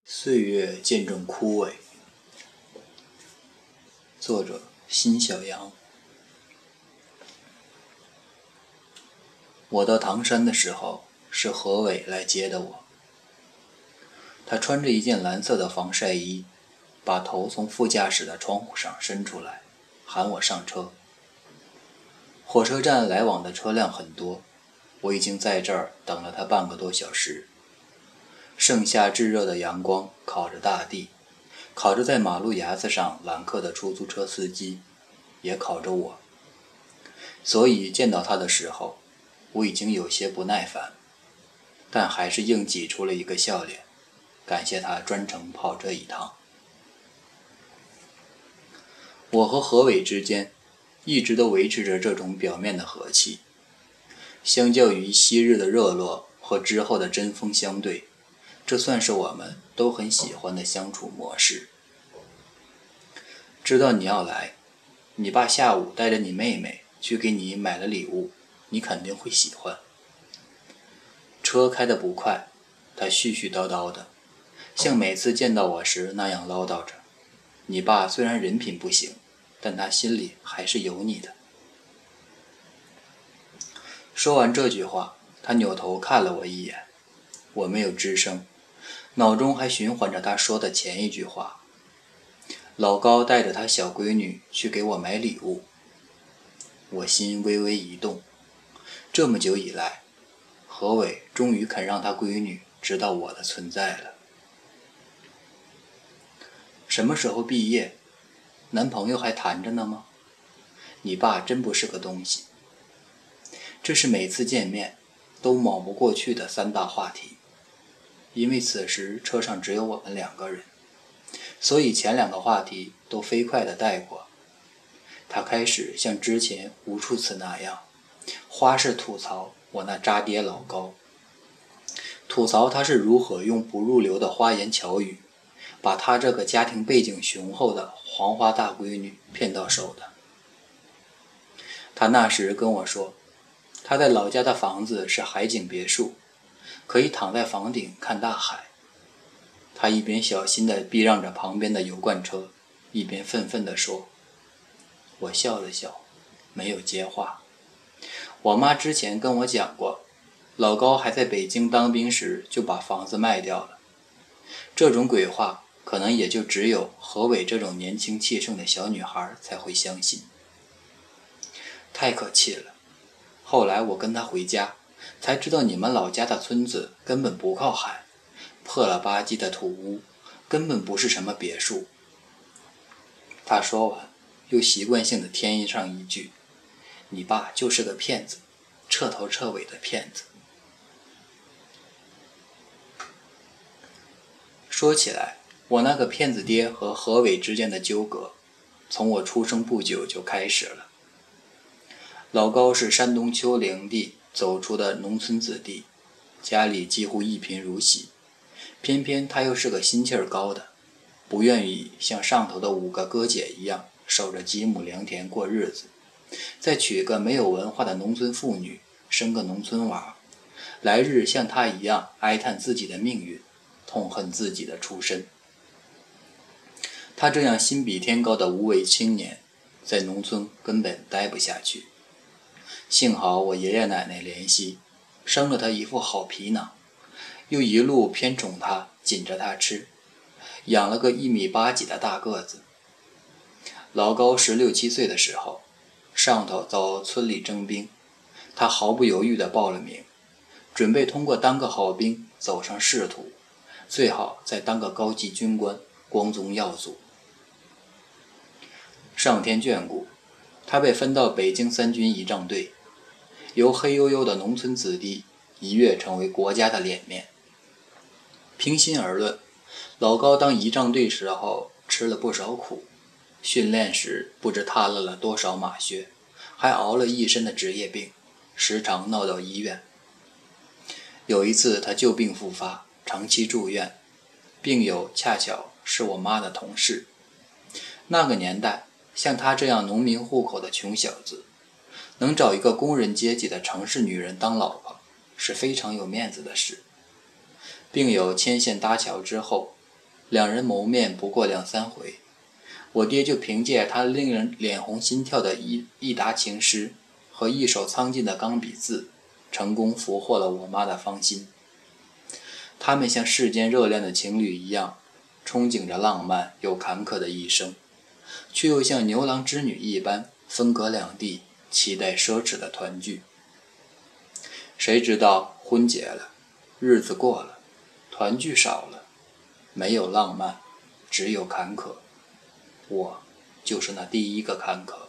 岁月渐正枯萎。作者：辛小阳。我到唐山的时候，是何伟来接的我。他穿着一件蓝色的防晒衣，把头从副驾驶的窗户上伸出来，喊我上车。火车站来往的车辆很多，我已经在这儿等了他半个多小时。盛夏炙热的阳光烤着大地，烤着在马路牙子上揽客的出租车司机，也烤着我。所以见到他的时候，我已经有些不耐烦，但还是硬挤出了一个笑脸，感谢他专程跑这一趟。我和何伟之间一直都维持着这种表面的和气，相较于昔日的热络和之后的针锋相对，这算是我们都很喜欢的相处模式。知道你要来，你爸下午带着你妹妹去给你买了礼物，你肯定会喜欢。车开得不快，他絮絮叨叨的，像每次见到我时那样唠叨着。你爸虽然人品不行，但他心里还是有你的。说完这句话，他扭头看了我一眼，我没有吱声，脑中还循环着他说的前一句话。老高带着他小闺女去给我买礼物，我心微微一动。这么久以来，何伟终于肯让他闺女知道我的存在了。什么时候毕业？男朋友还谈着呢吗？你爸真不是个东西。这是每次见面都卯不过去的三大话题。因为此时车上只有我们两个人，所以前两个话题都飞快地带过。他开始像之前无数次那样，花式吐槽我那渣爹老高，吐槽他是如何用不入流的花言巧语，把他这个家庭背景雄厚的黄花大闺女骗到手的。他那时跟我说，他在老家的房子是海景别墅，可以躺在房顶看大海。他一边小心地避让着旁边的油罐车，一边愤愤地说。我笑了笑，没有接话。我妈之前跟我讲过，老高还在北京当兵时就把房子卖掉了。这种鬼话可能也就只有何伟这种年轻气盛的小女孩才会相信。太可气了。后来我跟他回家，才知道你们老家的村子根本不靠海，破了吧唧的土屋，根本不是什么别墅。他说完，又习惯性的添上一句，你爸就是个骗子，彻头彻尾的骗子。说起来，我那个骗子爹和何伟之间的纠葛，从我出生不久就开始了。老高是山东丘陵地走出的农村子弟，家里几乎一贫如洗，偏偏他又是个心气儿高的，不愿意像上头的5个哥姐一样守着几亩良田过日子，再娶个没有文化的农村妇女，生个农村娃，来日像他一样哀叹自己的命运，痛恨自己的出身。他这样心比天高的无为青年，在农村根本待不下去。幸好我爷爷奶奶怜惜，生了他一副好皮囊，又一路偏宠他，紧着他吃，养了个1.8米几的大个子。老高16、17岁的时候，上头遭村里征兵，他毫不犹豫地报了名，准备通过当个好兵走上仕途，最好再当个高级军官，光宗耀祖。上天眷顾，他被分到北京3军仪仗队，由黑黝黝的农村子弟一跃成为国家的脸面。平心而论，老高当仪仗队时候吃了不少苦，训练时不知踏了多少马靴，还熬了一身的职业病，时常闹到医院。有一次他旧病复发，长期住院，病友恰巧是我妈的同事。那个年代，像他这样农民户口的穷小子，能找一个工人阶级的城市女人当老婆，是非常有面子的事。病友牵线搭桥之后， 两人谋面不过2、3回，我爹就凭借他令人脸红心跳的一沓情诗和一手苍劲的钢笔字，成功俘获了我妈的芳心。他们像世间热恋的情侣一样，憧憬着浪漫又坎坷的一生，却又像牛郎织女一般分隔两地，期待奢侈的团聚。谁知道婚结了，日子过了，团聚少了，没有浪漫，只有坎坷。我就是那第一个坎坷。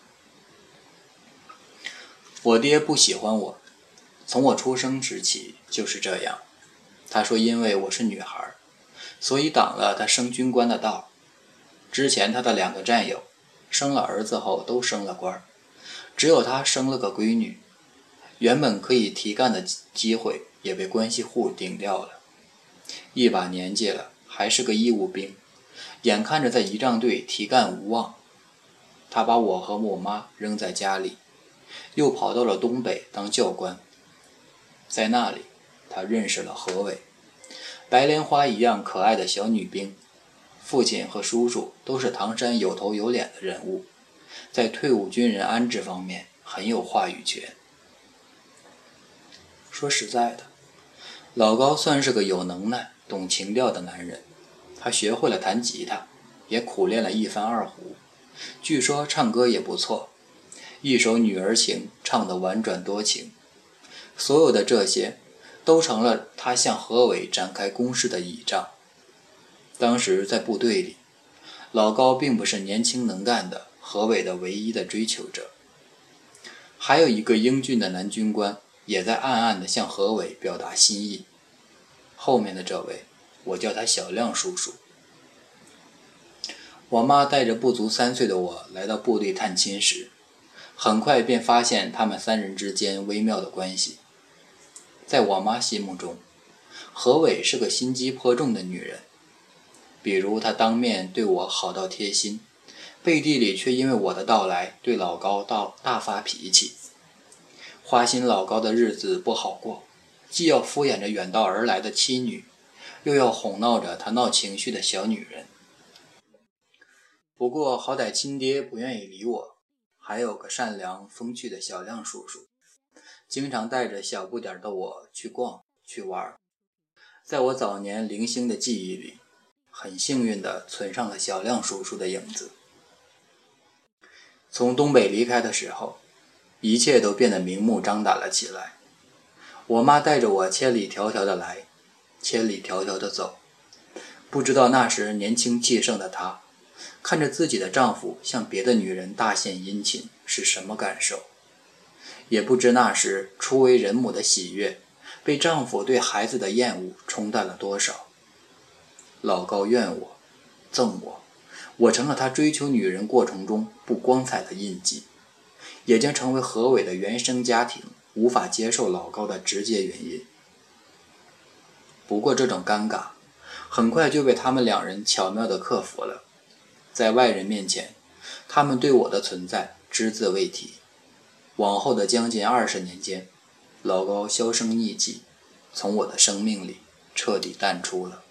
我爹不喜欢我，从我出生时起就是这样。他说因为我是女孩，所以挡了他升军官的道。之前他的2个战友生了儿子后都升了官，只有他生了个闺女，原本可以提干的机会也被关系户顶掉了。一把年纪了，还是个义务兵，眼看着在仪仗队提干无望，他把我和我妈扔在家里，又跑到了东北当教官。在那里他认识了何伟，白莲花一样可爱的小女兵。父亲和叔叔都是唐山有头有脸的人物，在退伍军人安置方面很有话语权。说实在的，老高算是个有能耐懂情调的男人，他学会了弹吉他，也苦练了一番二胡，据说唱歌也不错，一首女儿情唱得婉转多情。所有的这些都成了他向何伟展开攻势的倚仗。当时在部队里，老高并不是年轻能干的何伟的唯一的追求者，还有一个英俊的男军官也在暗暗地向何伟表达心意。后面的这位，我叫他小亮叔叔。我妈带着不足3岁的我来到部队探亲时，很快便发现他们3人之间微妙的关系。在我妈心目中，何伟是个心机颇重的女人，比如她当面对我好到贴心，背地里却因为我的到来对老高大发脾气。花心老高的日子不好过，既要敷衍着远道而来的妻女，又要哄闹着他闹情绪的小女人。不过好歹亲爹不愿意理我，还有个善良风趣的小亮叔叔，经常带着小不点的我去逛去玩。在我早年零星的记忆里，很幸运地存上了小亮叔叔的影子。从东北离开的时候，一切都变得明目张胆了起来。我妈带着我千里迢迢的来，千里迢迢的走。不知道那时年轻气盛的她，看着自己的丈夫向别的女人大献殷勤是什么感受，也不知那时初为人母的喜悦被丈夫对孩子的厌恶冲淡了多少。老高怨我，憎我，我成了他追求女人过程中不光彩的印记，也将成为何伟的原生家庭无法接受老高的直接原因。不过这种尴尬很快就被他们2人巧妙地克服了，在外人面前，他们对我的存在只字未提。往后的将近20年间，老高销声匿迹，从我的生命里彻底淡出了。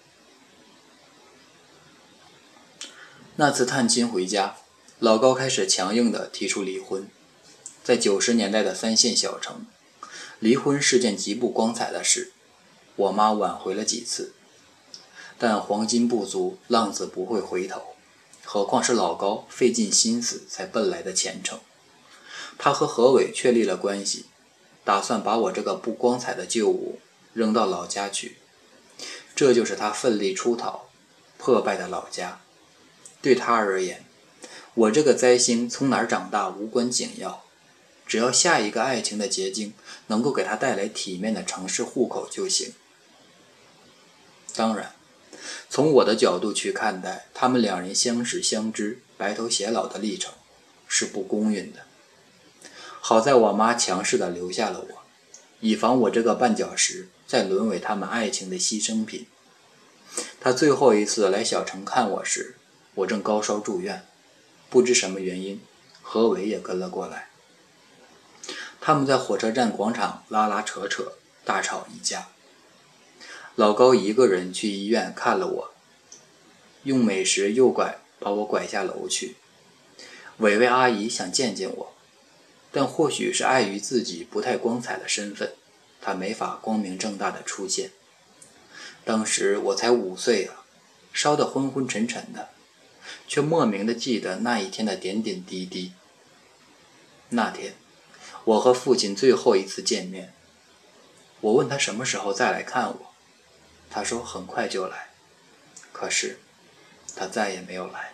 那次探亲回家，老高开始强硬地提出离婚。在90年代的3线小城，离婚是件极不光彩的事，我妈挽回了几次，但黄金不足，浪子不会回头，何况是老高费尽心思才奔来的前程。他和何伟确立了关系，打算把我这个不光彩的旧物扔到老家去，这就是他奋力出逃破败的老家。对他而言，我这个灾星从哪儿长大无关紧要，只要下一个爱情的结晶能够给他带来体面的城市户口就行。当然，从我的角度去看待他们2人相识相知白头偕老的历程是不公允的。好在我妈强势地留下了我，以防我这个绊脚石再沦为他们爱情的牺牲品。她最后一次来小城看我时，我正高烧住院，不知什么原因，何伟也跟了过来。他们在火车站广场拉拉扯扯，大吵一架。老高一个人去医院看了我， 用美食诱拐把我拐下楼去。伟伟阿姨想见见我，但或许是碍于自己不太光彩的身份，她没法光明正大的出现。当时我才5岁啊，烧得昏昏沉沉的，却莫名的记得那一天的点点滴滴。那天，我和父亲最后一次见面，我问他什么时候再来看我，他说很快就来，可是他再也没有来。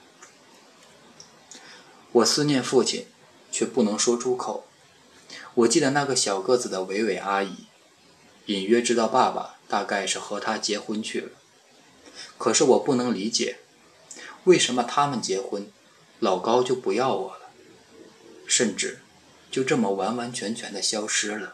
我思念父亲，却不能说出口。我记得那个小个子的伟伟阿姨，隐约知道爸爸大概是和他结婚去了，可是我不能理解，为什么他们结婚，老高就不要我了，甚至就这么完完全全的消失了。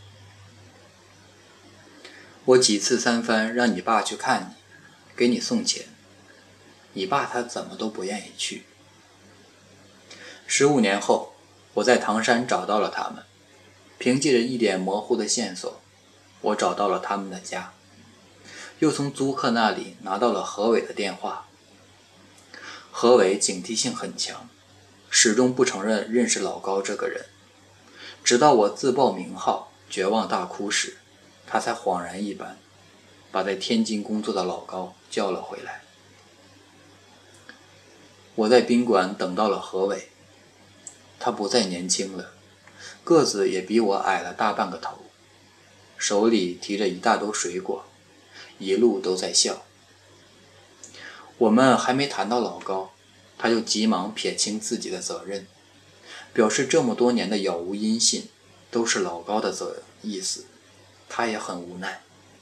我几次三番让你爸去看你，给你送钱，你爸他怎么都不愿意去。15年后，我在唐山找到了他们，凭借着一点模糊的线索，我找到了他们的家，又从租客那里拿到了何伟的电话。何伟警惕性很强，始终不承认认识老高这个人，直到我自报名号绝望大哭时，他才恍然一般，把在天津工作的老高叫了回来。我在宾馆等到了何伟，他不再年轻了，个子也比我矮了大半个头，手里提着一大兜水果，一路都在笑。我们还没谈到老高，他就急忙撇清自己的责任，表示这么多年的杳无音信都是老高的意思，他也很无奈。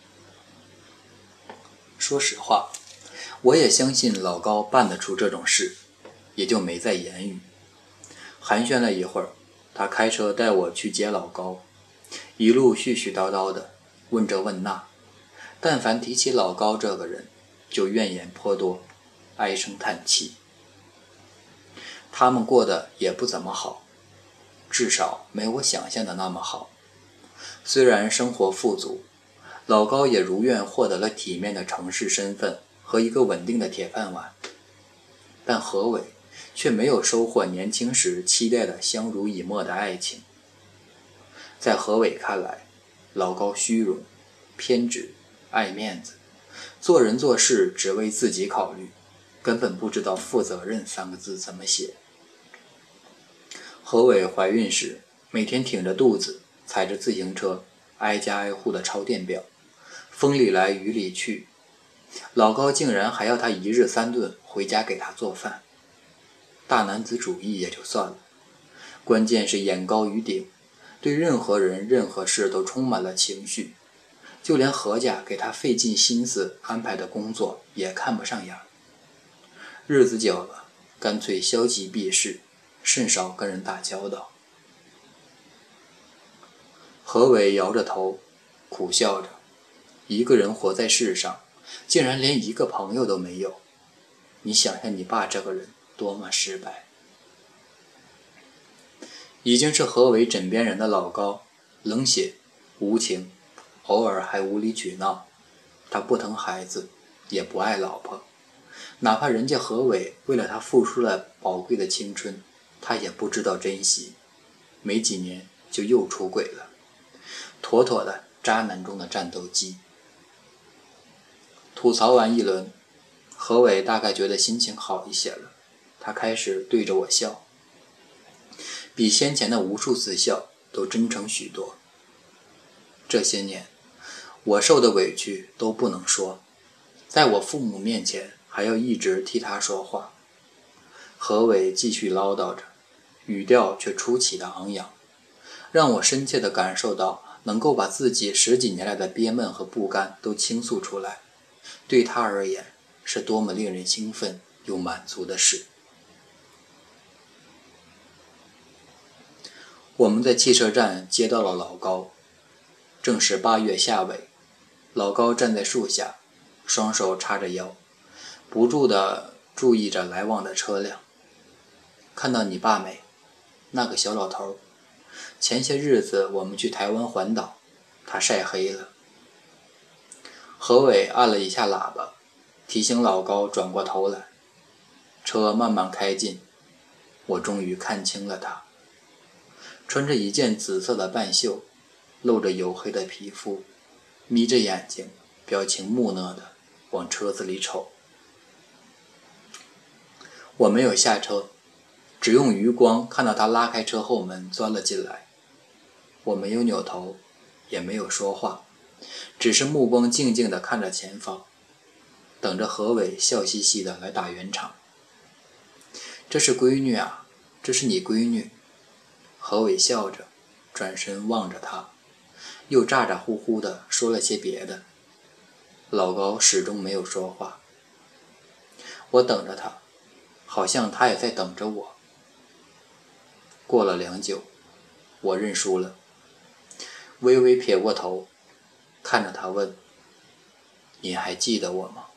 说实话，我也相信老高办得出这种事，也就没再言语。寒暄了一会儿，他开车带我去接老高，一路絮絮叨叨的问这问那，但凡提起老高这个人，就怨言颇多，唉声叹气。他们过得也不怎么好，至少没我想象的那么好。虽然生活富足，老高也如愿获得了体面的城市身份和一个稳定的铁饭碗，但何伟却没有收获年轻时期待的相濡以沫的爱情。在何伟看来，老高虚荣、偏执、爱面子，做人做事只为自己考虑，根本不知道负责任3个字怎么写。何伟怀孕时，每天挺着肚子，踩着自行车，挨家挨户的抄电表，风里来雨里去，老高竟然还要他1日3顿回家给他做饭。大男子主义也就算了，关键是眼高于顶，对任何人任何事都充满了情绪，就连何家给他费尽心思安排的工作也看不上眼。日子久了，干脆消极避世，甚少跟人打交道。何伟摇着头，苦笑着，一个人活在世上，竟然连一个朋友都没有。你想想你爸这个人多么失败。已经是何伟枕边人的老高，冷血无情，偶尔还无理取闹。他不疼孩子，也不爱老婆，哪怕人家何伟为了他付出了宝贵的青春，他也不知道珍惜，没几年就又出轨了，妥妥的渣男中的战斗机。吐槽完一轮，何伟大概觉得心情好一些了，他开始对着我笑，比先前的无数次笑都真诚许多。这些年我受的委屈都不能说，在我父母面前还要一直替他说话。何伟继续唠叨着，语调却出奇的昂扬，让我深切地感受到能够把自己10几年来的憋闷和不甘都倾诉出来，对他而言是多么令人兴奋又满足的事。我们在汽车站接到了老高，正是8月下尾，老高站在树下，双手叉着腰，不住地注意着来往的车辆。看到你爸没？那个小老头，前些日子我们去台湾环岛，他晒黑了。何伟按了一下喇叭， 提醒老高转过头来。车慢慢开进，我终于看清了他，穿着一件紫色的半袖，露着黝黑的皮肤，眯着眼睛，表情木讷地往车子里瞅。我没有下车，只用余光看到他拉开车后门钻了进来。我没有扭头，也没有说话，只是目光静静地看着前方，等着何伟笑嘻嘻地来打圆场。这是闺女啊，这是你闺女。何伟笑着，转身望着他，又咋咋呼呼地说了些别的。老高始终没有说话。我等着他，好像他也在等着我。过了良久，我认输了，微微撇过头，看着他问：“你还记得我吗？”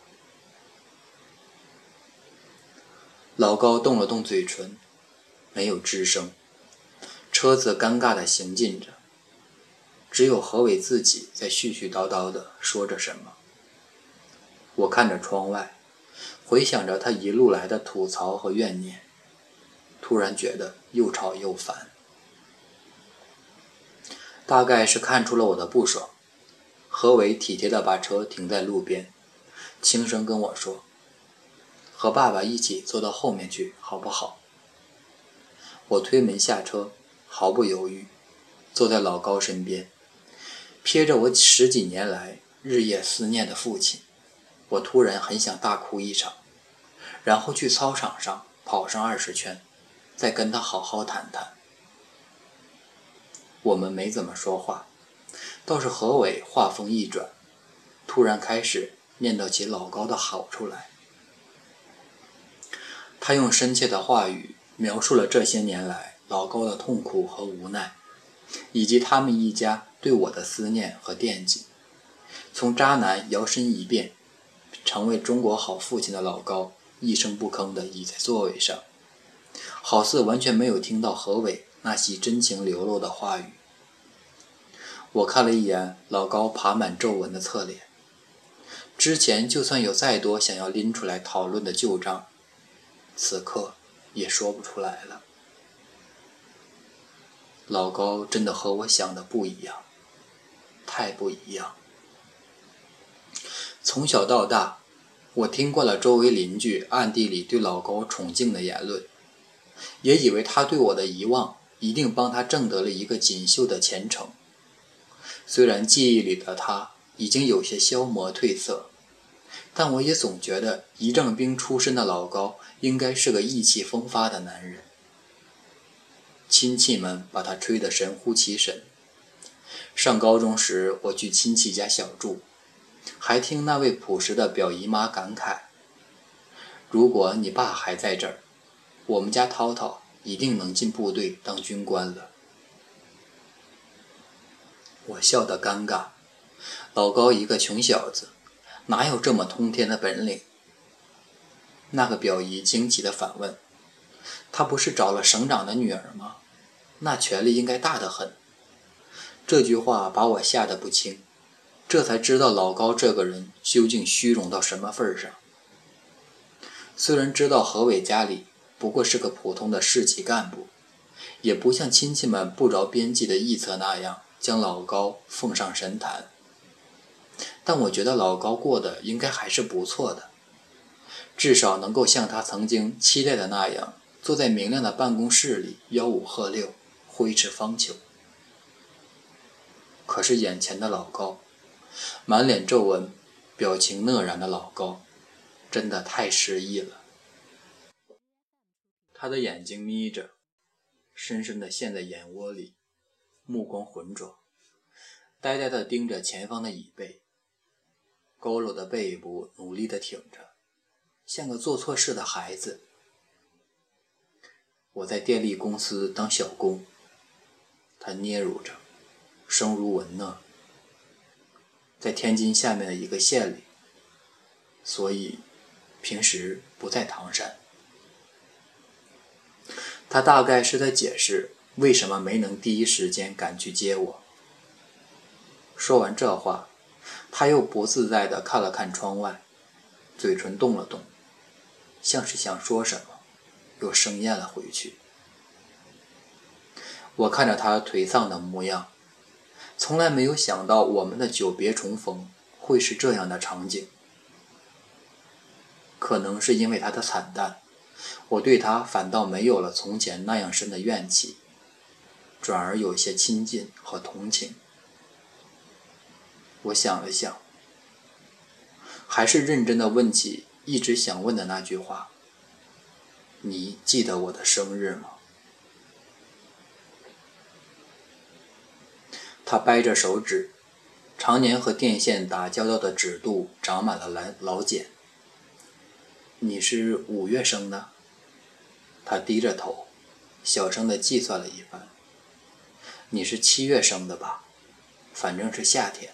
老高动了动嘴唇，没有吱声。车子尴尬地行进着，只有何伟自己在絮絮叨叨地说着什么。我看着窗外，回想着他一路来的吐槽和怨念，突然觉得又吵又烦。大概是看出了我的不爽，何伟体贴地把车停在路边，轻声跟我说：“和爸爸一起坐到后面去，好不好？”我推门下车，毫不犹豫，坐在老高身边，瞥着我10几年来日夜思念的父亲，我突然很想大哭一场，然后去操场上跑上20圈，再跟他好好谈谈。我们没怎么说话，倒是何伟话锋一转，突然开始念叨起老高的好处来。他用深切的话语描述了这些年来老高的痛苦和无奈，以及他们一家对我的思念和惦记。从渣男摇身一变成为中国好父亲的老高，一声不吭地倚在座位上，好似完全没有听到何伟那席真情流露的话语。我看了一眼老高爬满皱纹的侧脸，之前就算有再多想要拎出来讨论的旧账，此刻也说不出来了。老高真的和我想的不一样，太不一样。从小到大，我听惯了周围邻居暗地里对老高崇敬的言论，也以为他对我的遗忘一定帮他挣得了一个锦绣的前程。虽然记忆里的他已经有些消磨褪色，但我也总觉得仪仗兵出身的老高应该是个意气风发的男人。亲戚们把他吹得神乎其神。上高中时，我去亲戚家小住，还听那位朴实的表姨妈感慨：“如果你爸还在这儿，我们家涛涛一定能进部队当军官了。”我笑得尴尬，老高一个穷小子，哪有这么通天的本领？那个表姨惊奇地反问：“他不是找了省长的女儿吗？那权力应该大得很。”这句话把我吓得不轻，这才知道老高这个人究竟虚荣到什么份上。虽然知道何伟家里不过是个普通的市级干部，也不像亲戚们不着边际的臆测那样将老高奉上神坛，但我觉得老高过得应该还是不错的，至少能够像他曾经期待的那样，坐在明亮的办公室里吆五喝六，挥斥方遒。可是眼前的老高，满脸皱纹，表情讷然的老高，真的太失意了。他的眼睛眯着，深深地陷在眼窝里，目光浑浊，呆呆地盯着前方的椅背，佝偻的背部努力地挺着，像个做错事的孩子。我在电力公司当小工，他嗫嚅着，声如蚊呢，在天津下面的一个县里，所以平时不在唐山。他大概是在解释为什么没能第一时间赶去接我。说完这话，他又不自在地看了看窗外， 嘴唇动了动，像是想说什么，又生咽了回去。我看着他颓丧的模样，从来没有想到我们的久别重逢会是这样的场景。可能是因为他的惨淡，我对他反倒没有了从前那样深的怨气，转而有些亲近和同情。我想了想，还是认真地问起一直想问的那句话：你记得我的生日吗？他掰着手指，常年和电线打交道的指肚长满了老茧。你是5月生的？他低着头，小声地计算了一番。你是7月生的吧？反正是夏天。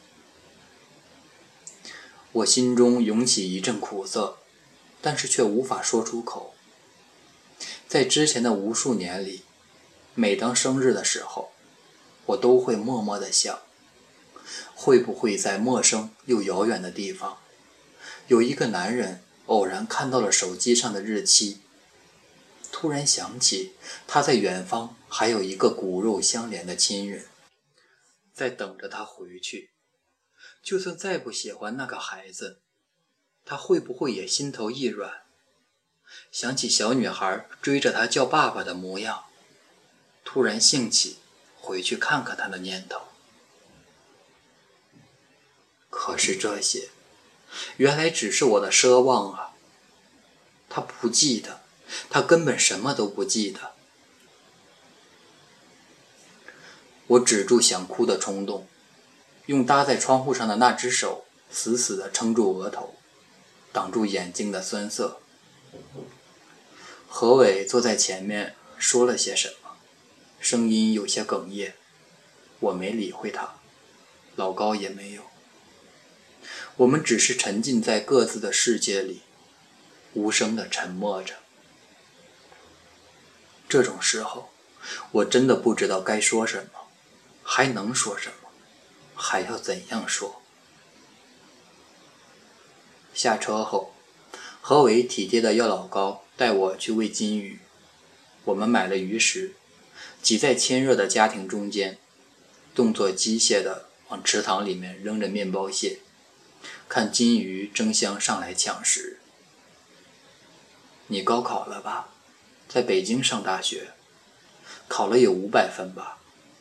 我心中涌起一阵苦涩，但是却无法说出口。在之前的无数年里，每当生日的时候，我都会默默地想，会不会在陌生又遥远的地方，有一个男人偶然看到了手机上的日期，突然想起他在远方还有一个骨肉相连的亲人，在等着他回去。就算再不喜欢那个孩子，他会不会也心头一软，想起小女孩追着他叫爸爸的模样，突然兴起回去看看他的念头。可是这些原来只是我的奢望啊！他不记得，他根本什么都不记得。我止住想哭的冲动，用搭在窗户上的那只手死死地撑住额头，挡住眼睛的酸涩。何伟坐在前面说了些什么，声音有些哽咽。我没理会他，老高也没有。我们只是沉浸在各自的世界里，无声地沉默着。这种时候，我真的不知道该说什么，还能说什么，还要怎样说。下车后，何伟体贴地要老高带我去喂金鱼。我们买了鱼食，挤在亲热的家庭中间，动作机械地往池塘里面扔着面包屑，看金鱼争相上来抢食。你高考了吧？在北京上大学，考了有500分吧？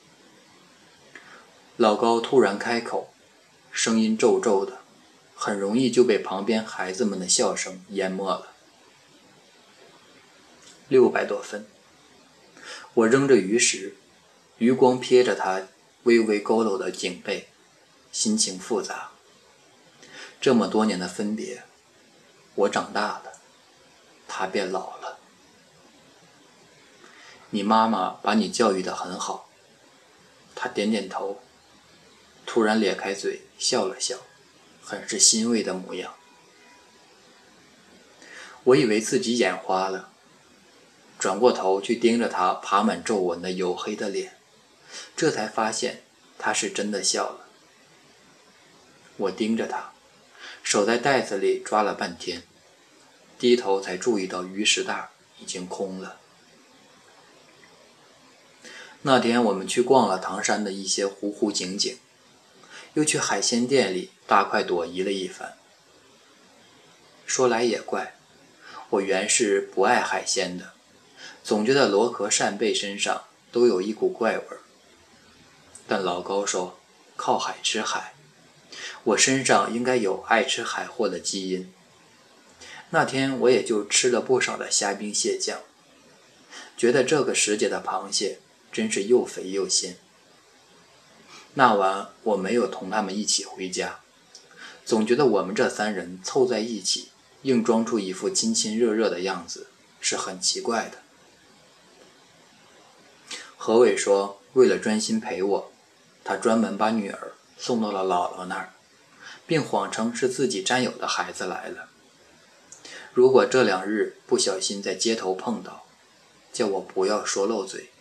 老高突然开口，声音皱皱的，很容易就被旁边孩子们的笑声淹没了。600多分。我扔着鱼食，余光瞥着他微微佝偻的颈背，心情复杂。这么多年的分别，我长大了，他变老了。你妈妈把你教育得很好。他点点头，突然咧开嘴笑了笑，很是欣慰的模样。我以为自己眼花了，转过头去盯着他爬满皱纹的黝黑的脸，这才发现他是真的笑了。我盯着他，手在袋子里抓了半天，低头才注意到鱼食袋已经空了。那天我们去逛了唐山的一些湖湖景景，又去海鲜店里大快朵颐了一番。说来也怪，我原是不爱海鲜的，总觉得螺壳扇贝身上都有一股怪味儿。但老高说靠海吃海，我身上应该有爱吃海货的基因。那天我也就吃了不少的虾兵蟹将，觉得这个时节的螃蟹真是又肥又鲜。那晚我没有同他们一起回家，总觉得我们这3人凑在一起，硬装出一副亲亲热热的样子，是很奇怪的。何伟说，为了专心陪我，他专门把女儿送到了姥姥那儿，并谎称是自己战友的孩子来了。如果这2日不小心在街头碰到，叫我不要说漏嘴。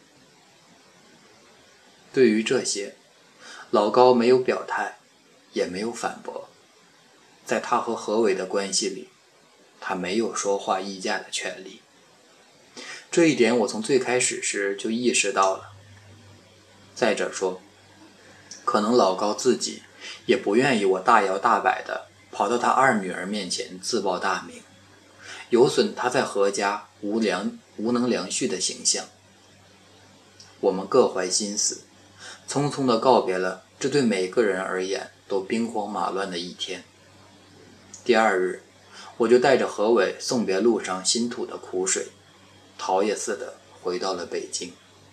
对于这些，老高没有表态，也没有反驳。 在他和何伟的关系里，他没有说话议价的权利。这一点我从最开始时就意识到了。再者说，可能老高自己也不愿意我大摇大摆地跑到他二女儿面前自报大名，有损他在何家无能良婿的形象。我们各怀心思，匆匆地告别了这对每个人而言都兵荒马乱的一天。第二日，我就带着何伟送别路上辛吐的苦水，逃也似的回到了北京。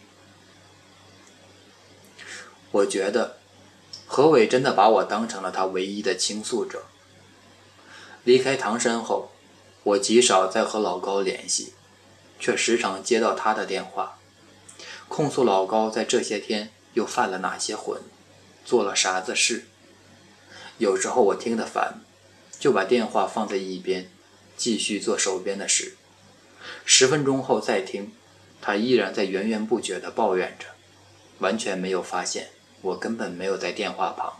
我觉得何伟真的把我当成了他唯一的倾诉者。离开唐山后，我极少再和老高联系，却时常接到他的电话，控诉老高在这些天又犯了哪些浑，做了啥子事。有时候我听得烦，就把电话放在一边，继续做手边的事。10分钟后再听，他依然在源源不绝地抱怨着，完全没有发现我根本没有在电话旁。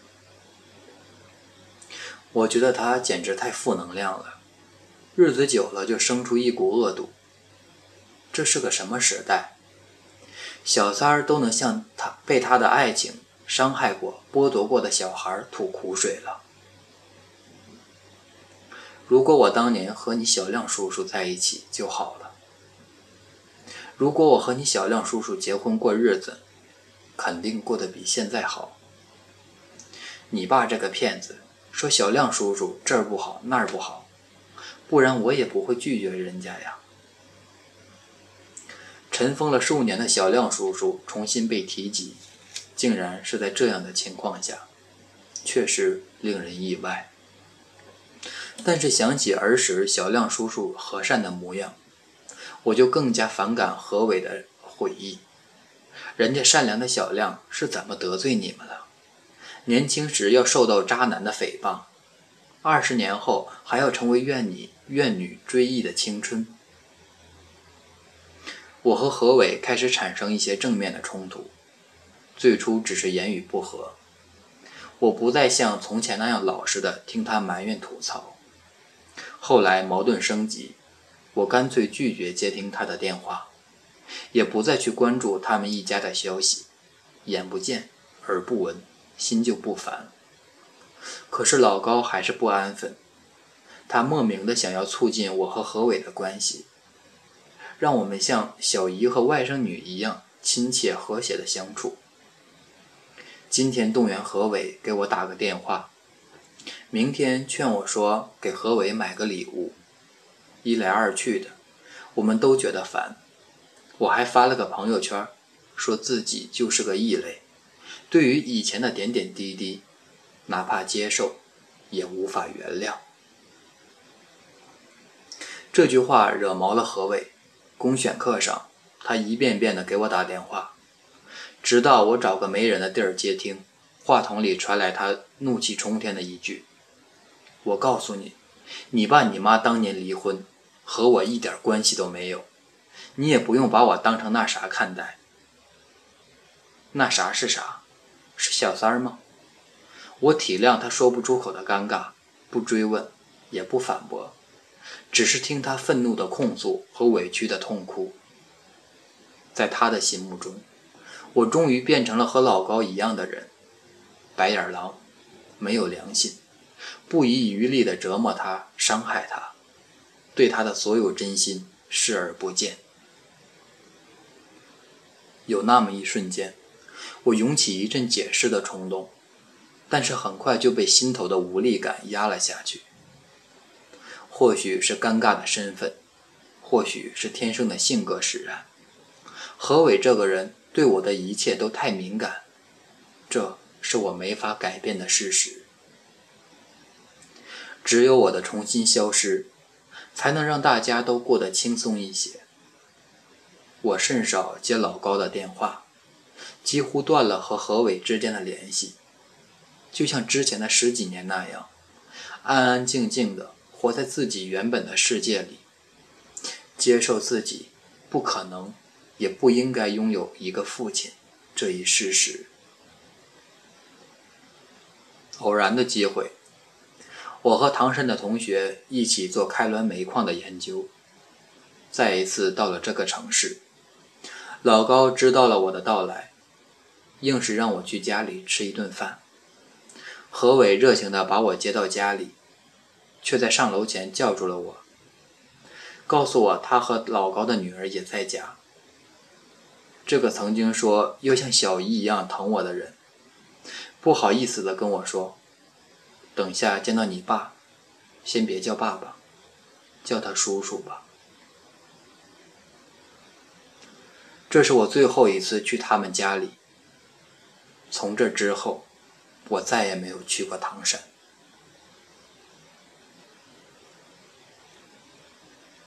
我觉得他简直太负能量了，日子久了就生出一股恶毒。这是个什么时代？小三儿都能像他被他的爱情伤害过、剥夺过的小孩吐苦水了。如果我当年和你小亮叔叔在一起就好了。如果我和你小亮叔叔结婚过日子，肯定过得比现在好。你爸这个骗子，说小亮叔叔这儿不好那儿不好，不然我也不会拒绝人家呀。尘封了数年的小亮叔叔重新被提及，竟然是在这样的情况下，确实令人意外。但是想起儿时小亮叔叔和善的模样，我就更加反感何伟的悔意。人家善良的小亮是怎么得罪你们了？年轻时要受到渣男的诽谤，20年后还要成为怨女追忆的青春。我和何伟开始产生一些正面的冲突，最初只是言语不合，我不再像从前那样老实的听他埋怨吐槽。后来矛盾升级，我干脆拒绝接听他的电话，也不再去关注他们一家的消息，眼不见耳不闻，心就不烦。可是老高还是不安分，他莫名的想要促进我和何伟的关系，让我们像小姨和外甥女一样亲切和谐的相处。今天动员何伟给我打个电话，明天劝我说给何伟买个礼物，一来二去的，我们都觉得烦。我还发了个朋友圈，说自己就是个异类，对于以前的点点滴滴，哪怕接受，也无法原谅。这句话惹毛了何伟，公选课上，他一遍遍地给我打电话，直到我找个没人的地儿接听，话筒里传来他怒气冲天的一句：我告诉你，你爸你妈当年离婚，和我一点关系都没有，你也不用把我当成那啥看待。那啥是啥？是小三儿吗？我体谅他说不出口的尴尬，不追问，也不反驳，只是听他愤怒的控诉和委屈的痛哭。在他的心目中，我终于变成了和老高一样的人，白眼狼，没有良心，不遗余力地折磨他，伤害他，对他的所有真心视而不见。有那么一瞬间，我涌起一阵解释的冲动，但是很快就被心头的无力感压了下去。或许是尴尬的身份，或许是天生的性格使然，何伟这个人对我的一切都太敏感，这是我没法改变的事实。只有我的重新消失，才能让大家都过得轻松一些。我甚少接老高的电话，几乎断了和何伟之间的联系，就像之前的10几年那样，安安静静地活在自己原本的世界里，接受自己不可能也不应该拥有一个父亲这一事实。偶然的机会， 我和唐山的同学一起做开滦煤矿的研究，再一次到了这个城市。老高知道了我的到来，硬是让我去家里吃一顿饭。何伟热情地把我接到家里，却在上楼前叫住了我，告诉我他和老高的女儿也在家。这个曾经说又像小姨一样疼我的人，不好意思地跟我说，等下见到你爸，先别叫爸爸，叫他叔叔吧。这是我最后一次去他们家里，从这之后，我再也没有去过唐山。